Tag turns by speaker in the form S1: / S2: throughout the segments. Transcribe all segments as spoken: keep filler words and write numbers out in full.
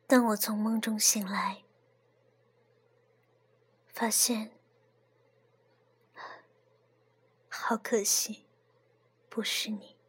S1: 当我从梦中醒来，发现好可惜，不是你。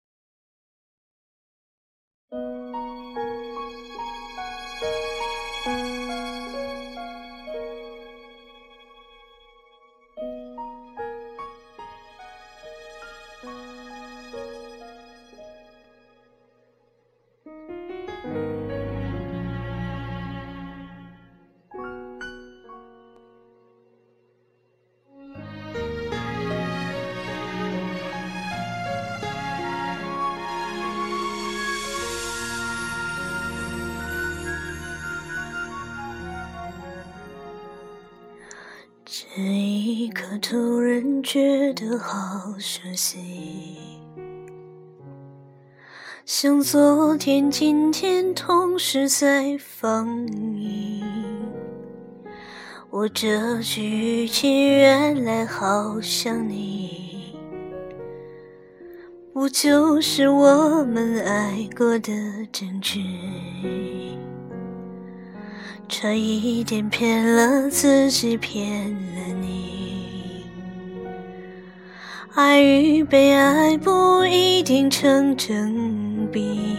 S1: 这一刻突然觉得好熟悉，像昨天今天同时在放映。我这句语气原来好像你，不就是我们爱过的证据？差一点骗了自己，骗了你。爱与被爱不一定成正比，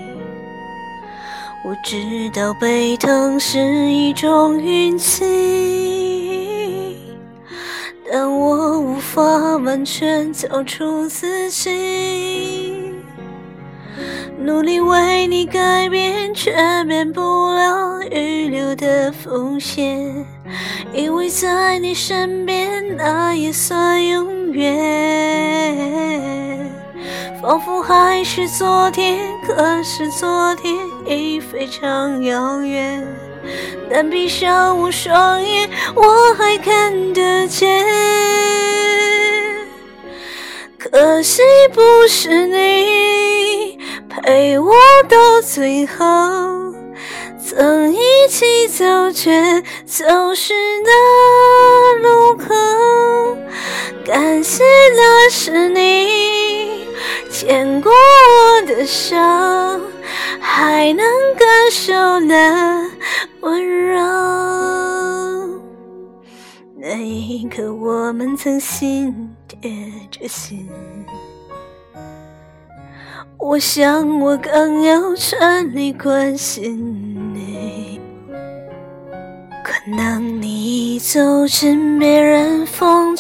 S1: 我知道被疼是一种运气，但我无法完全交出自己。努力为你改变，却免不了预留的风险，因为在你身边，那也算永远。仿佛还是昨天，可是昨天已非常遥远，但闭上我双眼，我还看得见。可惜不是你陪我到最后，曾一起走却走失的路口。感谢那是你牵过我的手，还能感受那温柔。那一刻我们曾心贴着心，我想我更有权利关心你。可能你已走进别人风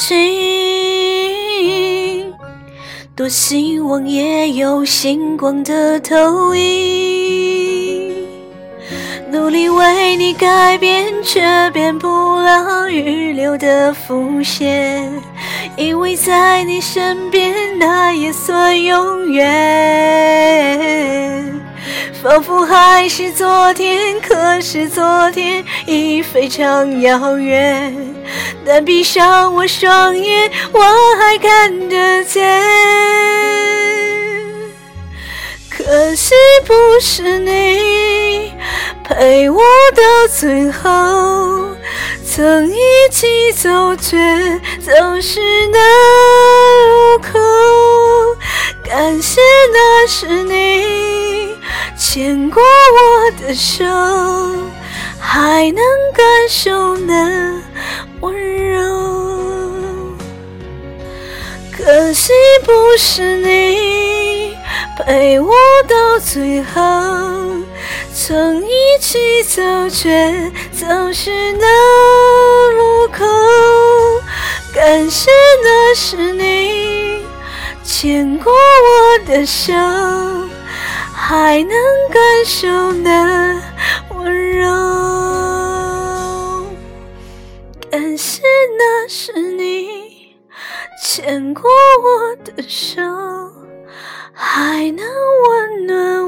S1: 景，多希望也有星光的投影。努力为你改变，却变不了预留的风险，因为在你身边，那也算永远。仿佛还是昨天，可是昨天已非常遥远，但闭上我双眼，我还看得见。可惜不是你陪我到最后，曾一起走却走失的路口。感谢那是你牵过我的手，还能感受那温柔。可惜不是你陪我到最后，曾一起走却走失的路口。感谢那是你牵过我的手，还能感受那温柔。感谢那是你牵过我的手，还能温暖